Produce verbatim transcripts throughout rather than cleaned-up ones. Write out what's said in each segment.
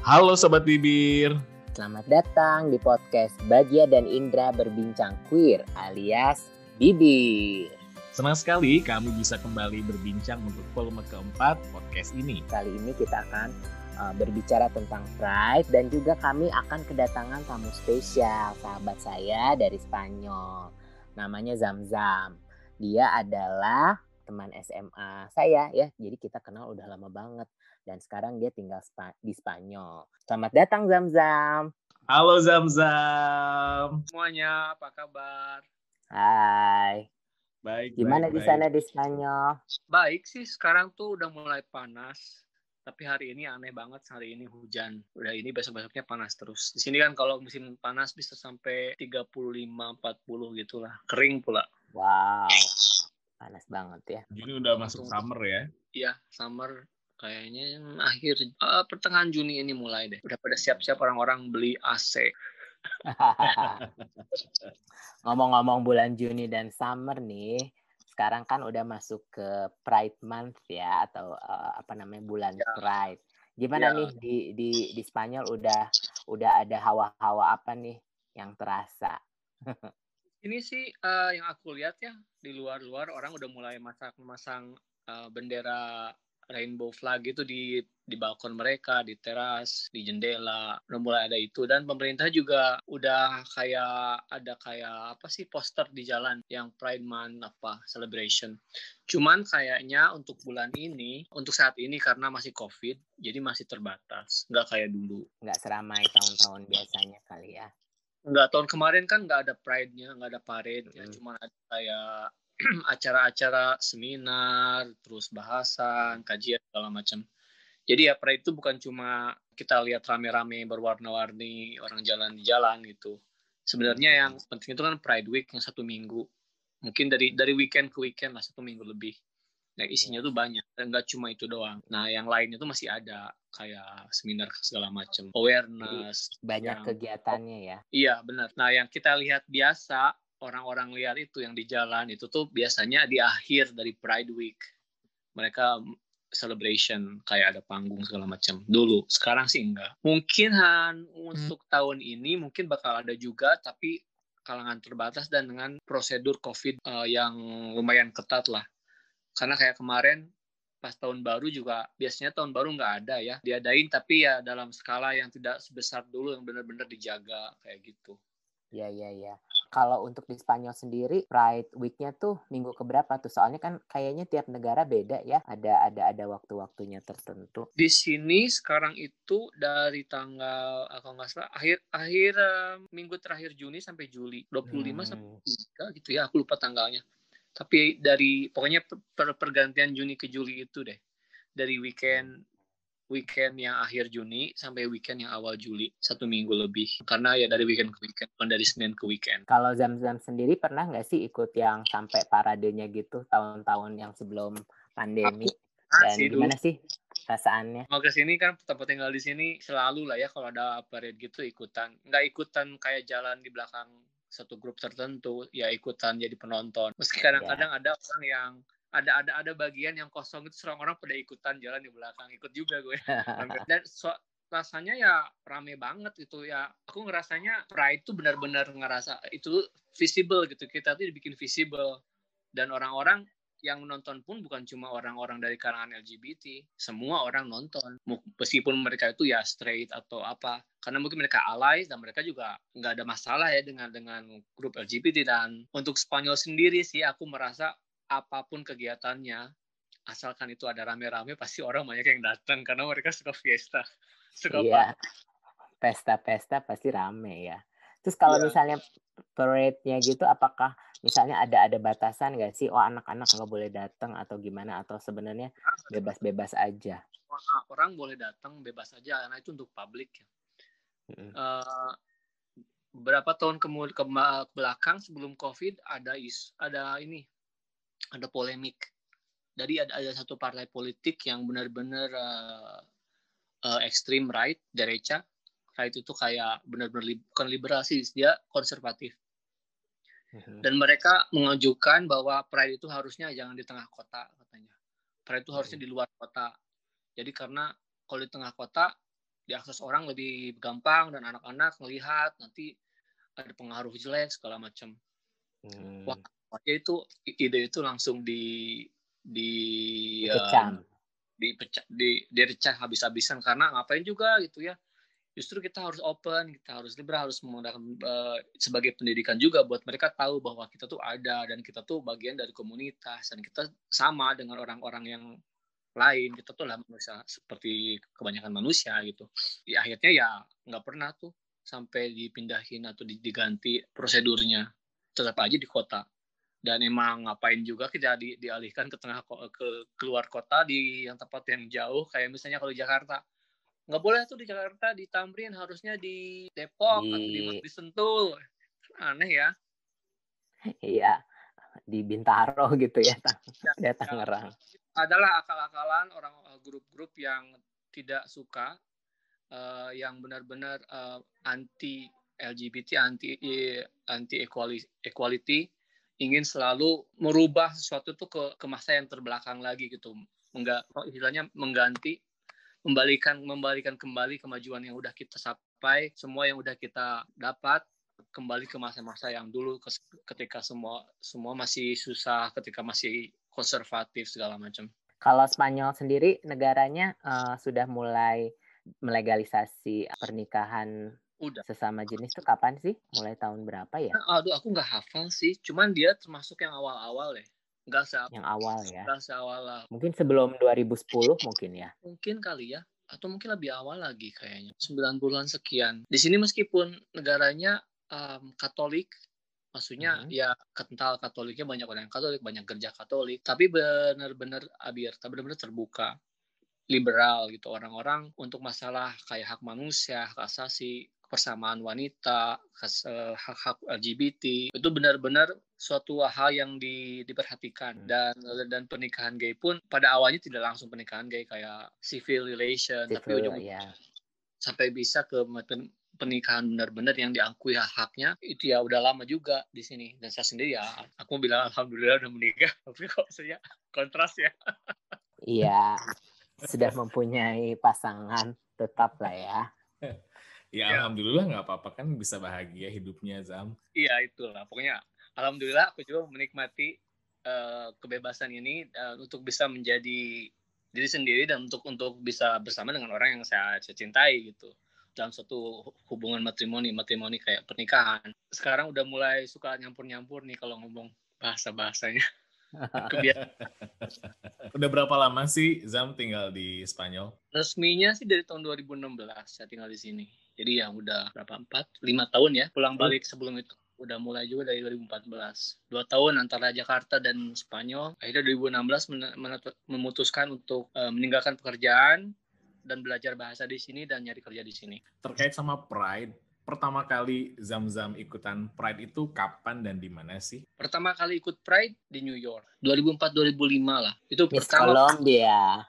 Halo Sobat Bibir. Selamat datang di podcast Bagia dan Indra Berbincang Queer alias Bibir. Senang sekali kami bisa kembali berbincang untuk volume keempat podcast ini. Kali ini kita akan uh, berbicara tentang Pride dan juga kami akan kedatangan tamu spesial, sahabat saya dari Spanyol. Namanya Zamzam. Dia adalah teman S M A saya ya. Jadi kita kenal udah lama banget dan sekarang dia tinggal spa- di Spanyol. Selamat datang Zamzam. Halo Zamzam. Semuanya, apa kabar? Hai. Baik, Gimana baik, di baik. sana di Spanyol? Baik sih, sekarang tuh udah mulai panas. Tapi hari ini aneh banget, hari ini hujan. Udah ini besok-besoknya panas terus. Di sini kan kalau musim panas bisa sampai tiga puluh lima sampai empat puluh gitu lah. Kering pula. Wow. Panas banget ya. Jadi udah masuk summer ya? Iya, summer kayaknya yang akhir uh, pertengahan Juni ini mulai deh. Udah pada siap-siap orang-orang beli A C. Ngomong-ngomong bulan Juni dan summer nih, sekarang kan udah masuk ke Pride Month ya, atau uh, apa namanya bulan Ya. Pride. Gimana Ya. nih di di di Spanyol udah udah ada hawa-hawa apa nih yang terasa? Ini sih uh, yang aku lihat ya, di luar-luar orang udah mulai masang-masang uh, bendera rainbow flag itu di di balkon mereka, di teras, di jendela, udah mulai ada itu. Dan pemerintah juga udah kayak ada kayak apa sih poster di jalan yang Pride Month apa celebration. Cuman kayaknya untuk bulan ini, untuk saat ini karena masih COVID, jadi masih terbatas, nggak kayak dulu. Nggak seramai tahun-tahun biasanya kali ya. Nggak, tahun kemarin kan nggak ada Pride-nya, nggak ada parade, ya, Hmm. cuma ada kayak acara-acara seminar, terus bahasan, kajian segala macam. Jadi ya Pride itu bukan cuma kita lihat rame-rame berwarna-warni orang jalan di jalan gitu. Sebenarnya yang penting itu kan Pride Week yang satu minggu. Mungkin dari dari weekend ke weekend lah, satu minggu lebih. Nah isinya Iya. tuh banyak, dan nggak cuma itu doang. Nah yang lainnya tuh masih ada kayak seminar segala macam, awareness. Banyak yang, kegiatannya ya. Iya benar. Nah yang kita lihat biasa orang-orang lihat itu yang di jalan itu tuh biasanya di akhir dari Pride Week. Mereka celebration kayak ada panggung segala macam dulu. Sekarang sih enggak. Mungkin Han untuk hmm. tahun ini mungkin bakal ada juga, tapi kalangan terbatas dan dengan prosedur COVID uh, yang lumayan ketat lah. Karena kayak kemarin pas tahun baru juga biasanya tahun baru nggak ada ya, diadain tapi ya dalam skala yang tidak sebesar dulu, yang benar-benar dijaga kayak gitu. Iya, iya, iya. Kalau untuk di Spanyol sendiri, Pride Week-nya tuh minggu keberapa tuh? Soalnya kan kayaknya tiap negara beda ya. Ada ada ada waktu-waktunya tertentu. Di sini sekarang itu dari tanggal kalau nggak salah akhir akhir uh, minggu terakhir Juni sampai Juli dua puluh lima hmm. sampai tiga gitu ya. Aku lupa tanggalnya. Tapi dari pokoknya per, pergantian Juni ke Juli itu deh. Dari weekend weekend yang akhir Juni sampai weekend yang awal Juli, satu minggu lebih. Karena ya dari weekend ke weekend, bukan dari Senin ke weekend. Kalau Zamzam sendiri pernah nggak sih ikut yang sampai paradenya gitu tahun-tahun yang sebelum pandemi? Aku, Dan sih, gimana dulu. sih rasaannya? Mau ke sini kan tempat tinggal di sini selalu lah ya kalau ada parade gitu ikutan. Nggak ikutan kayak jalan di belakang satu grup tertentu, ya ikutan jadi penonton. Meski kadang-kadang yeah. ada orang yang ada ada ada bagian yang kosong itu serang orang pada ikutan jalan di belakang, ikut juga gue. Dan so, rasanya ya rame banget gitu ya. Aku ngerasanya Pride itu benar-benar ngerasa itu visible gitu. Kita tuh dibikin visible dan orang-orang yang menonton pun bukan cuma orang-orang dari kalangan L G B T, semua orang nonton, meskipun mereka itu ya straight atau apa, karena mungkin mereka allies dan mereka juga nggak ada masalah ya dengan dengan grup L G B T. Dan untuk Spanyol sendiri sih aku merasa apapun kegiatannya, asalkan itu ada rame-rame pasti orang banyak yang datang karena mereka suka fiesta, suka iya. Pesta-pesta pasti rame ya. Terus kalau yeah. misalnya parade-nya gitu, apakah misalnya ada ada batasan nggak sih? Oh anak-anak nggak boleh datang atau gimana? Atau sebenarnya bebas-bebas aja? Orang boleh datang bebas aja karena itu untuk publik ya. Mm-hmm. Uh, beberapa tahun kemudian ke belakang sebelum COVID ada is ada ini ada polemik. Jadi ada ada satu partai politik yang benar-benar uh, uh, ekstrim right, derecha. Right itu kayak benar-benar li- bukan liberal sih, dia konservatif. Uh-huh. Dan mereka mengajukan bahwa Pride itu harusnya jangan di tengah kota katanya. Pride itu uh-huh. harusnya di luar kota. Jadi karena kalau di tengah kota diakses orang lebih gampang dan anak-anak melihat nanti ada pengaruh jelek segala macam. Hmm. Wah, makanya itu ide itu langsung di di dikecam, uh, dipecah, di direcah habis-habisan karena ngapain juga gitu ya. Justru kita harus open, kita harus liberal, harus menggunakan uh, sebagai pendidikan juga buat mereka tahu bahwa kita tuh ada dan kita tuh bagian dari komunitas dan kita sama dengan orang-orang yang lain. Kita tuh lah manusia seperti kebanyakan manusia gitu. Ya, akhirnya ya nggak pernah tuh sampai dipindahin atau diganti prosedurnya, tetap aja di kota. Dan emang ngapain juga kita di, dialihkan ke tengah ke keluar kota di yang tempat yang jauh, kayak misalnya kalau di Jakarta nggak boleh tuh di Jakarta, di Tamrin, harusnya di Depok di... atau di, di Sentul. Aneh ya. Iya, di Bintaro gitu ya, ya Tangerang. Adalah akal-akalan orang grup-grup yang tidak suka, uh, yang benar-benar uh, anti L G B T, anti anti equality, ingin selalu merubah sesuatu tuh ke, ke masa yang terbelakang lagi gitu. Enggak, istilahnya mengganti membalikan membalikan kembali kemajuan yang udah kita capai, semua yang udah kita dapat kembali ke masa-masa yang dulu ketika semua semua masih susah, ketika masih konservatif segala macam. Kalau Spanyol sendiri negaranya uh, sudah mulai melegalisasi pernikahan udah sesama jenis tuh kapan sih? Mulai tahun berapa ya? Aduh, aku nggak hafal sih, cuman dia termasuk yang awal-awal ya. Nggak se- yang awal ya. Nggak seawal lah. Mungkin sebelum dua ribu sepuluh mungkin ya. Mungkin kali ya. Atau mungkin lebih awal lagi kayaknya. sembilan puluhan sekian. Di sini meskipun negaranya um, Katolik, maksudnya mm-hmm. ya kental Katoliknya, banyak orang yang Katolik, banyak gereja Katolik, tapi benar-benar abierta, benar-benar terbuka, liberal gitu. Orang-orang untuk masalah kayak hak manusia, hak asasi, persamaan wanita, hak-hak L G B T, itu benar-benar suatu hal yang di, diperhatikan. Dan dan pernikahan gay pun pada awalnya tidak langsung pernikahan gay kayak civil relation, civil, tapi ujung-ujungnya yeah. sampai bisa ke pernikahan benar-benar yang diakui haknya, itu ya udah lama juga di sini. Dan saya sendiri ya, aku bilang alhamdulillah udah menikah, tapi kok saya kontras ya. Iya, sudah mempunyai pasangan tetap lah ya. Ya, ya alhamdulillah nggak apa-apa kan, bisa bahagia hidupnya, Zam. Iya itulah pokoknya. Alhamdulillah aku juga menikmati uh, kebebasan ini uh, untuk bisa menjadi diri sendiri dan untuk untuk bisa bersama dengan orang yang saya, saya cintai gitu dalam suatu hubungan matrimoni matrimoni kayak pernikahan. Sekarang udah mulai suka nyampur-nyampur nih kalau ngomong bahasa-bahasanya. Udah berapa lama sih Zam tinggal di Spanyol? Resminya sih dari tahun dua ribu enam belas saya tinggal di sini. Jadi ya udah berapa, empat, lima tahun ya. Pulang balik sebelum itu udah mulai juga dari dua ribu empat belas. Dua tahun antara Jakarta dan Spanyol. Akhirnya dua ribu enam belas men- men- memutuskan untuk uh, meninggalkan pekerjaan dan belajar bahasa di sini dan nyari kerja di sini. Terkait sama Pride, pertama kali Zam-Zam ikutan Pride itu kapan dan di mana sih? Pertama kali ikut Pride di New York. dua ribu empat dua ribu lima lah. Itu Miss pertama. Colombia.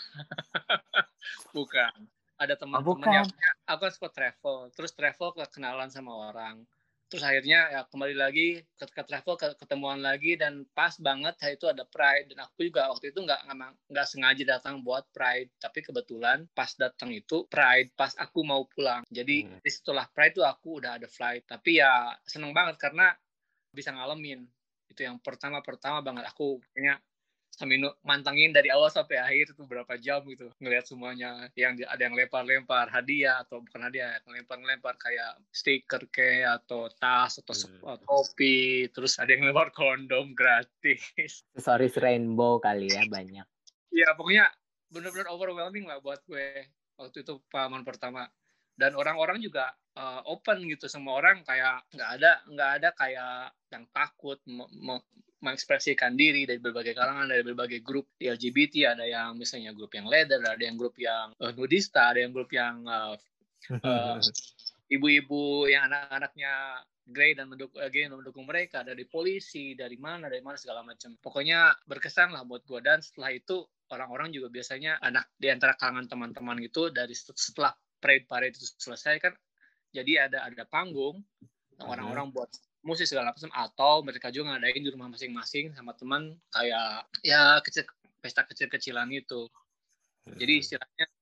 Bukan. Ada teman-teman yang aku suka travel, terus travel kenalan sama orang, terus akhirnya ya kembali lagi ke, ke travel ketemuan lagi dan pas banget hari itu ada Pride dan aku juga waktu itu nggak nggak sengaja datang buat Pride, tapi kebetulan pas datang itu Pride pas aku mau pulang, jadi hmm. setelah Pride itu aku udah ada flight, tapi ya seneng banget karena bisa ngalamin itu yang pertama-pertama banget aku kayaknya sambil mantengin dari awal sampai akhir itu berapa jam gitu, ngelihat semuanya, yang ada yang lempar-lempar hadiah atau bukan hadiah, lempar-lempar kayak stiker kayak atau tas atau hmm. topi, terus ada yang lempar kondom gratis. Aksesoris rainbow kali ya banyak. Iya pokoknya benar-benar overwhelming lah buat gue waktu itu pengalaman pertama. Dan orang-orang juga uh, open gitu, semua orang kayak nggak ada nggak ada kayak yang takut me- me- mengekspresikan diri dari berbagai kalangan, dari berbagai grup di L G B T, ada yang misalnya grup yang leather, ada yang grup yang uh, nudista, ada yang grup yang uh, uh, ibu-ibu yang anak-anaknya gay dan mendukung, gay dan mendukung mereka, dari polisi, dari mana, dari mana segala macam. Pokoknya berkesan lah buat gue. Dan setelah itu orang-orang juga biasanya anak di antara kalangan teman-teman gitu, dari setelah parade-parade itu selesai kan, jadi ada ada panggung, uh-huh. orang-orang buat musik segala macam, atau mereka juga ngadain di rumah masing-masing sama teman kayak ya kecil, pesta kecil-kecilan itu. Jadi istilahnya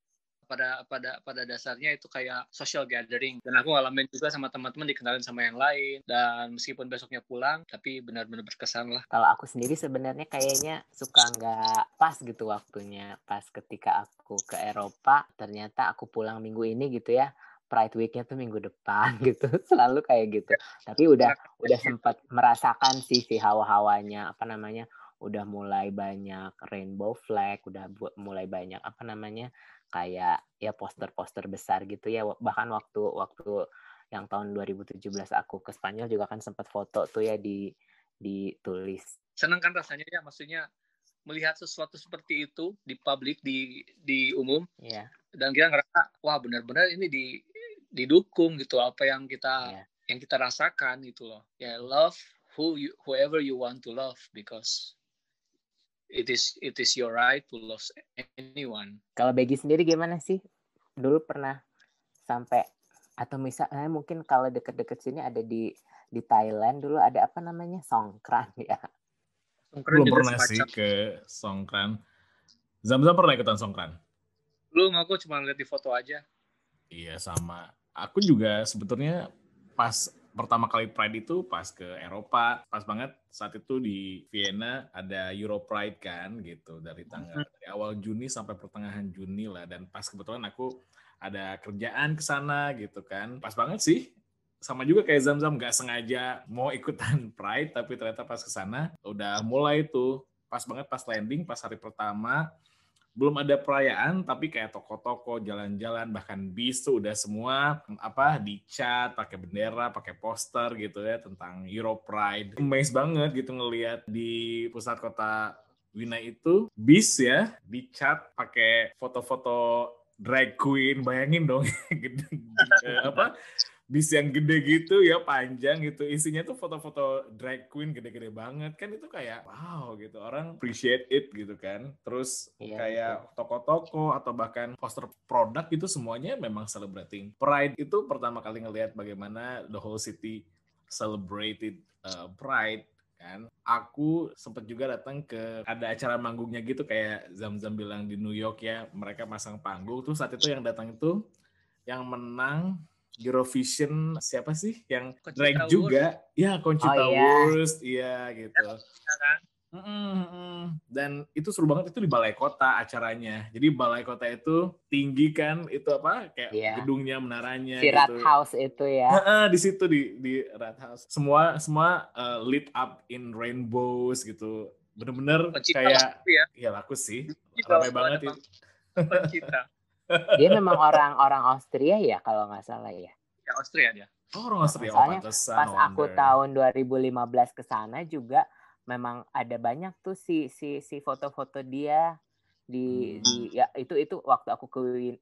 pada pada pada dasarnya itu kayak social gathering, dan aku ngalamin juga sama teman-teman, dikenalin sama yang lain, dan meskipun besoknya pulang tapi benar-benar berkesan lah. Kalau aku sendiri sebenarnya kayaknya suka nggak pas gitu waktunya, pas ketika aku ke Eropa ternyata aku pulang minggu ini gitu ya, Pride Week-nya tuh minggu depan gitu, selalu kayak gitu. Tapi udah udah sempat merasakan sih si hawa-hawanya, apa namanya, udah mulai banyak rainbow flag, udah bu mulai banyak apa namanya, kayak ya poster-poster besar gitu ya. Bahkan waktu waktu yang tahun dua ribu tujuh belas aku ke Spanyol juga kan sempat foto tuh ya di ditulis. Senang kan rasanya ya, maksudnya melihat sesuatu seperti itu di publik, di di umum, Iya. dan kita ngerasa wah benar-benar ini di didukung gitu apa yang kita Iya. yang kita rasakan gitu loh. Ya, love who you, whoever you want to love, because it is it is your right to love anyone. Kalau Begi sendiri gimana sih? Dulu pernah sampai atau misalnya mungkin kalau deket-deket sini ada di di Thailand dulu ada apa namanya Songkran ya. Songkran Belum juga pernah sih semacam. ke Songkran. Zam-Zam pernah ikutan Songkran? Belum, aku cuma lihat di foto aja. Iya sama. Aku juga sebetulnya pas pertama kali Pride itu pas ke Eropa, pas banget saat itu di Vienna ada Euro Pride kan gitu, dari tanggal dari awal Juni sampai pertengahan Juni lah, dan pas kebetulan aku ada kerjaan ke sana gitu kan. Pas banget sih. Sama juga kayak Zam-Zam, nggak sengaja mau ikutan Pride, tapi ternyata pas ke sana udah mulai tuh, pas banget pas landing, pas hari pertama, belum ada perayaan, tapi kayak toko-toko, jalan-jalan, bahkan bis tuh udah semua apa dicat, pakai bendera, pakai poster gitu ya tentang Euro Pride. Amazed banget gitu ngelihat di pusat kota Wina itu bis ya dicat pakai foto-foto drag queen, bayangin dong gede, apa bis yang gede gitu ya, panjang gitu, isinya tuh foto-foto drag queen gede-gede banget kan, itu kayak wow gitu, orang appreciate it gitu kan. Terus Iya, kayak betul. toko-toko atau bahkan poster produk itu semuanya memang celebrating Pride. Itu pertama kali ngelihat bagaimana the whole city celebrated uh, Pride kan. Aku sempat juga datang ke ada acara manggungnya gitu kayak Zam-Zam bilang di New York ya, mereka masang panggung tuh. Saat itu yang datang itu yang menang Eurovision siapa sih yang drag juga? Ya, Conchita Oh, iya. Wurst, iya gitu. Ya kan? Mm-mm. Dan itu seru banget, itu di Balai Kota acaranya. Jadi Balai Kota itu tinggi kan, itu apa kayak Iya. gedungnya, menaranya Si gitu. Rathaus itu ya. Heeh, di situ di di Rathaus. Semua semua uh, lit up in rainbows gitu. Bener-bener Pencipta kayak laku ya. ya laku sih. Juga Ramai waktu banget ada itu. pencipta. Dia memang orang-orang Austria ya kalau nggak salah ya. Ya, Austria dia. Oh, orang Austria. Oh, Soalnya pantesan, pas no aku wonder. tahun dua ribu lima belas ke sana juga memang ada banyak tuh si si si foto-foto dia di Hmm. di ya itu itu waktu aku ke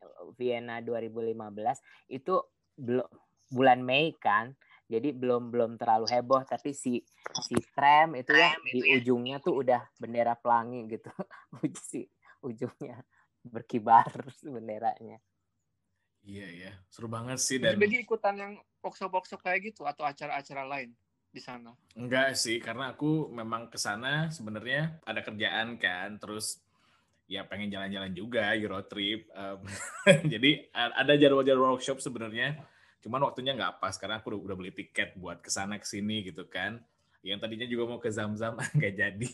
Vienna dua ribu lima belas itu belum bulan Mei kan. Jadi belum belum terlalu heboh, tapi si si tram itu ya di ujungnya tuh udah bendera pelangi gitu. Si ujungnya berkibar benderanya. Iya ya, seru banget sih. Jadi Dan bagi ikutan yang workshop-workshop kayak gitu atau acara-acara lain di sana? enggak sih, karena aku memang kesana sebenarnya ada kerjaan kan, terus ya pengen jalan-jalan juga, Euro trip. Um, jadi ada jadwal-jadwal workshop sebenarnya, cuman waktunya nggak pas karena aku udah, udah beli tiket buat kesana kesini gitu kan. Yang tadinya juga mau ke Zam-Zam nggak jadi.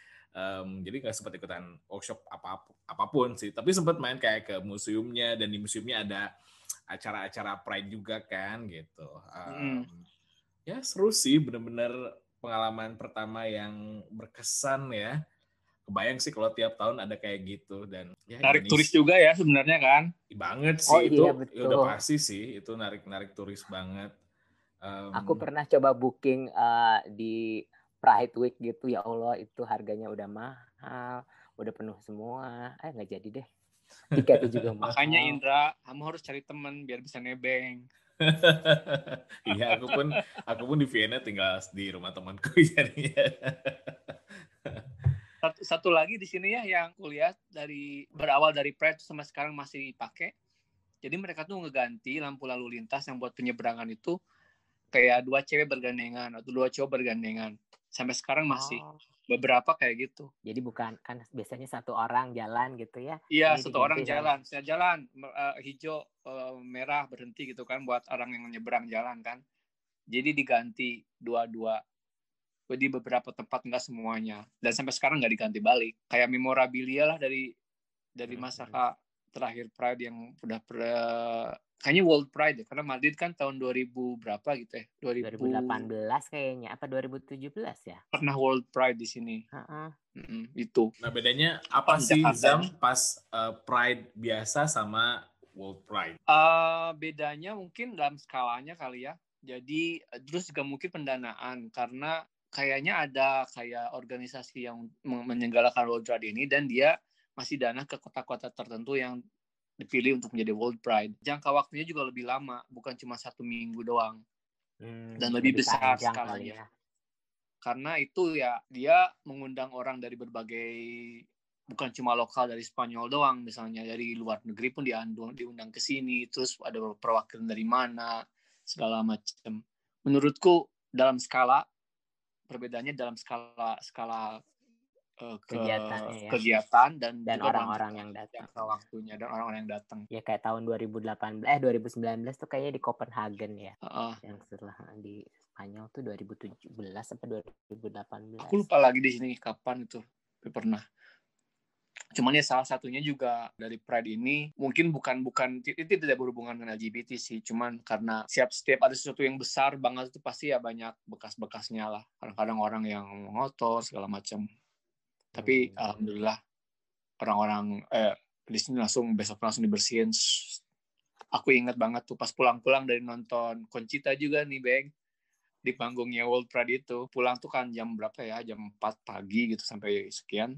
Um, jadi nggak sempat ikutan workshop apa apapun sih, tapi sempat main kayak ke museumnya, dan di museumnya ada acara-acara Pride juga kan gitu. Um, Mm. Ya seru sih, bener-bener pengalaman pertama yang berkesan ya. Kebayang sih kalau tiap tahun ada kayak gitu, dan ya Tarik Indonesia turis juga ya sebenarnya kan? banget Oh sih. iya, Itu ya betul. udah pasti sih, itu narik-narik turis banget. Um, Aku pernah coba booking uh, di Pride Week gitu, ya Allah itu harganya udah mahal, udah penuh semua, eh nggak jadi deh. Tiketnya juga mahal. Makanya Indra, kamu harus cari teman biar bisa nebeng. Iya, aku pun aku pun di Vienna tinggal di rumah temanku jadinya. Satu, satu lagi di sini ya yang kuliah dari berawal dari Pride sama sekarang masih dipakai. Jadi mereka tuh ngeganti lampu lalu lintas yang buat penyeberangan itu kayak dua cewek bergandengan atau dua cowok bergandengan. Sampai sekarang masih. Oh. Beberapa kayak gitu. Jadi bukan, kan biasanya satu orang jalan gitu ya. Iya, Ini satu orang diganti sama- jalan. Saya jalan uh, hijau, uh, merah berhenti gitu kan buat orang yang nyebrang jalan kan. Jadi diganti dua-dua. Di beberapa tempat, nggak semuanya. Dan sampai sekarang nggak diganti balik. Kayak memorabilia lah dari dari masa Hmm. terakhir Pride yang udah per- kayaknya World Pride ya, karena Madrid kan tahun dua ribu berapa gitu ya, dua ribu dua ribu delapan belas kayaknya, apa dua ribu tujuh belas ya? pernah World Pride di sini. Heeh. Mm-mm, itu. Nah, bedanya apa Pas sih Jakarta. Zam pas uh, Pride biasa sama World Pride? Uh, bedanya mungkin dalam skalanya kali ya. Jadi terus juga mungkin pendanaan, karena kayaknya ada kayak organisasi yang menyelenggarakan World Pride ini dan dia masih dana ke kota-kota tertentu yang dipilih untuk menjadi World Pride. Jangka waktunya juga lebih lama, bukan cuma satu minggu doang. Hmm, Dan lebih, lebih besar Ya. skalanya. Karena itu ya, dia mengundang orang dari berbagai, bukan cuma lokal dari Spanyol doang, misalnya dari luar negeri pun diundang, diundang ke sini, terus ada perwakilan dari mana, segala macam. Menurutku dalam skala, perbedaannya dalam skala skala ke kegiatannya ya. kegiatan dan, dan juga orang-orang yang datang. Waktunya dan orang-orang yang datang. Ya kayak tahun dua ribu delapan belas eh dua ribu sembilan belas tuh kayaknya di Copenhagen ya. Uh-uh. Yang setelah di Spanyol tuh dua ribu tujuh belas apa dua ribu delapan belas. Aku lupa lagi di sini kapan itu. Tapi pernah. Cuman ya salah satunya juga dari Pride ini mungkin bukan bukan itu tidak berhubungan dengan L G B T sih, cuman karena siap setiap ada sesuatu yang besar banget itu pasti ya banyak bekas-bekasnya lah. Kadang-kadang orang yang ngotor segala macam. Tapi hmm. alhamdulillah orang-orang eh, di sini langsung besok langsung dibersihin. Aku ingat banget tuh pas pulang-pulang dari nonton Conchita juga nih, Bang, di panggungnya World Pride itu. Pulang tuh kan jam berapa ya? Jam empat pagi gitu sampai sekian.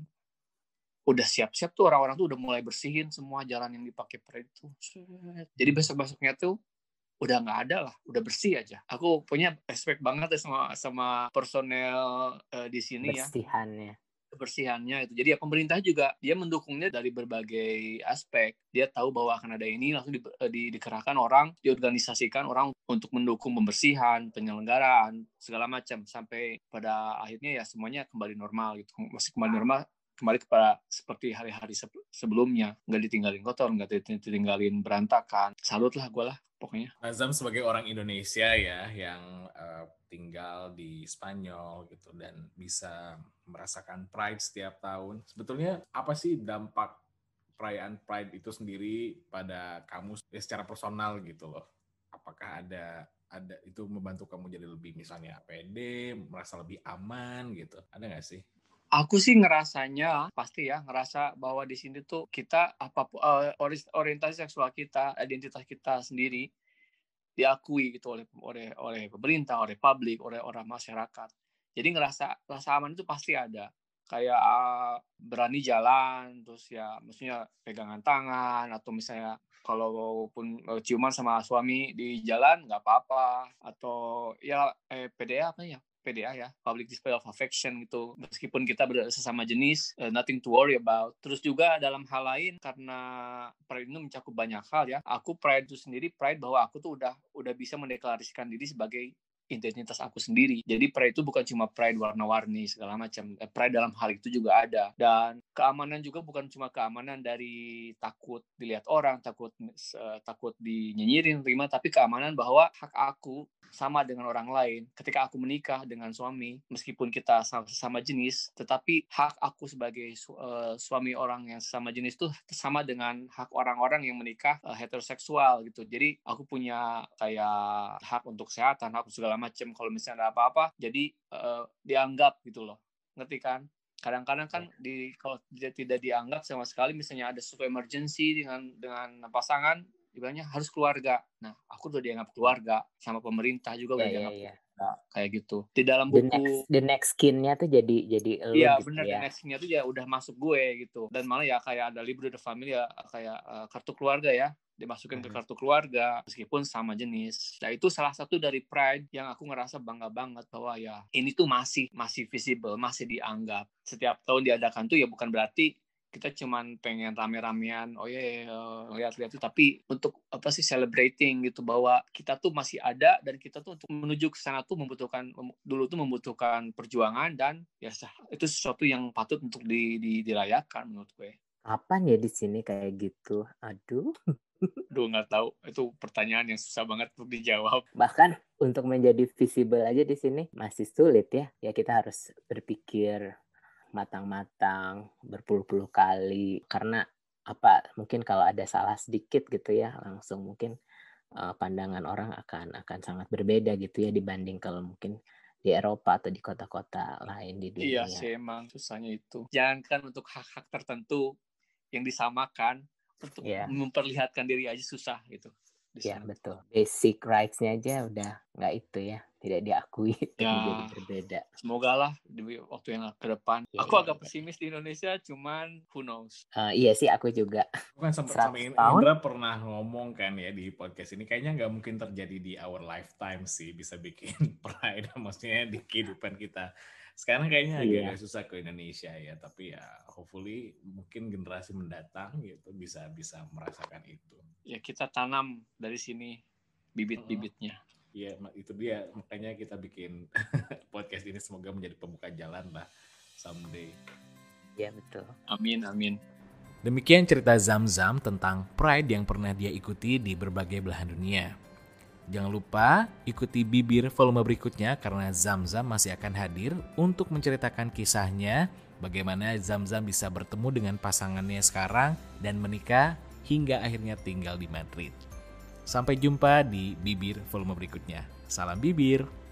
Udah siap-siap tuh orang-orang tuh udah mulai bersihin semua jalan yang dipakai Pride itu. Jadi besok-besoknya tuh udah nggak ada lah, udah bersih aja. Aku punya respect banget ya sama sama personel uh, di sini ya. Bersihannya. Kebersihannya itu. Jadi ya pemerintah juga dia mendukungnya dari berbagai aspek. Dia tahu bahwa akan ada ini, langsung di, di, dikerahkan orang, diorganisasikan orang untuk mendukung pembersihan, penyelenggaraan, segala macam sampai pada akhirnya ya semuanya kembali normal gitu. Masih kembali normal, kembali kepada seperti hari-hari sebelumnya, nggak ditinggalin kotor, nggak ditinggalin berantakan. Salut lah gue lah pokoknya. Zam sebagai orang Indonesia ya yang uh, tinggal di Spanyol gitu dan bisa merasakan Pride setiap tahun. Sebetulnya apa sih dampak perayaan Pride itu sendiri pada kamu ya, secara personal gitu loh? Apakah ada ada itu membantu kamu jadi lebih misalnya pede, merasa lebih aman gitu? Ada nggak sih? Aku sih ngerasanya pasti ya ngerasa bahwa di sini tuh kita apapun uh, orientasi seksual kita, identitas kita sendiri diakui gitu oleh oleh oleh pemerintah, oleh publik, oleh orang masyarakat. Jadi ngerasa rasa aman itu pasti ada. Kayak uh, berani jalan, terus ya maksudnya pegangan tangan atau misalnya kalaupun uh, ciuman sama suami di jalan nggak apa-apa atau ya eh, P D A apa ya? P D A ya, public display of affection gitu. Meskipun kita bersama jenis, uh, nothing to worry about. Terus juga dalam hal lain, karena Pride itu mencakup banyak hal ya. Aku Pride itu sendiri, Pride bahwa aku tuh udah udah bisa mendeklarasikan diri sebagai identitas aku sendiri. Jadi Pride itu bukan cuma Pride warna-warni segala macam. Pride dalam hal itu juga ada. Dan keamanan juga bukan cuma keamanan dari takut dilihat orang, takut uh, takut dinyinyirin, terima, tapi keamanan bahwa hak aku sama dengan orang lain. Ketika aku menikah dengan suami, meskipun kita sama jenis, tetapi hak aku sebagai su- uh, suami orang yang sama jenis itu sama dengan hak orang-orang yang menikah uh, heteroseksual gitu. Jadi aku punya kayak hak untuk kesehatan, hak segala macam. Kalau misalnya ada apa-apa, jadi uh, dianggap gitu loh. Ngerti kan? Kadang-kadang kan di kalau tidak dianggap sama sekali, misalnya ada suatu emergency dengan dengan pasangan, dibilangnya harus keluarga. Nah, aku udah dianggap keluarga, sama pemerintah juga yeah, udah dianggap yeah, yeah. keluarga, kayak gitu. Di dalam the buku next, the next skin-nya tuh jadi jadi elu iya, gitu bener, ya. the next skin-nya tuh ya udah masuk gue gitu. Dan malah ya kayak ada libro de familia, kayak uh, kartu keluarga ya, dimasukin mm-hmm. ke kartu keluarga meskipun sama jenis. Nah, itu salah satu dari Pride yang aku ngerasa bangga banget bahwa ya ini tuh masih masih visible, masih dianggap. Setiap tahun diadakan tuh ya bukan berarti kita cuman pengen rame-ramean, oh ya yeah, lihat-lihat itu, tapi untuk apa sih celebrating gitu bahwa kita tuh masih ada dan kita tuh untuk menuju ke sana tuh membutuhkan dulu tuh membutuhkan perjuangan dan ya itu sesuatu yang patut untuk di, di, dirayakan menurut gue. Kapan ya di sini kayak gitu? Aduh. Duh, nggak tahu. Itu pertanyaan yang susah banget untuk dijawab. Bahkan untuk menjadi visible aja di sini masih sulit ya. Ya kita harus berpikir matang-matang, berpuluh-puluh kali. Karena apa? Mungkin kalau ada salah sedikit gitu ya, langsung mungkin uh, pandangan orang akan akan sangat berbeda gitu ya dibanding kalau mungkin di Eropa atau di kota-kota lain di dunia. Iya sih, emang susahnya itu. Jangankan untuk hak-hak tertentu yang disamakan, untuk yeah. memperlihatkan diri aja susah gitu. Iya, betul. Basic rights-nya aja udah nggak itu ya, tidak diakui, ya, menjadi berbeda. Semoga lah di waktu yang ke depan. Ya, aku ya, agak ya. pesimis di Indonesia, cuman who knows. Uh, iya sih, aku juga. Bukan sampai sama Indra pernah ngomong kan ya di podcast ini, kayaknya nggak mungkin terjadi di our lifetime sih, bisa bikin pride, maksudnya di kehidupan kita. Sekarang kayaknya agak-agak iya. susah ke Indonesia ya, tapi ya hopefully mungkin generasi mendatang gitu bisa bisa merasakan itu. Ya kita tanam dari sini bibit-bibitnya. Iya, uh-huh. Itu dia, makanya kita bikin podcast ini semoga menjadi pembuka jalan lah someday. Iya betul. Amin, amin. Demikian cerita Zamzam tentang Pride yang pernah dia ikuti di berbagai belahan dunia. Jangan lupa ikuti Bibir volume berikutnya karena Zamzam masih akan hadir untuk menceritakan kisahnya bagaimana Zamzam bisa bertemu dengan pasangannya sekarang dan menikah hingga akhirnya tinggal di Madrid. Sampai jumpa di Bibir volume berikutnya. Salam Bibir.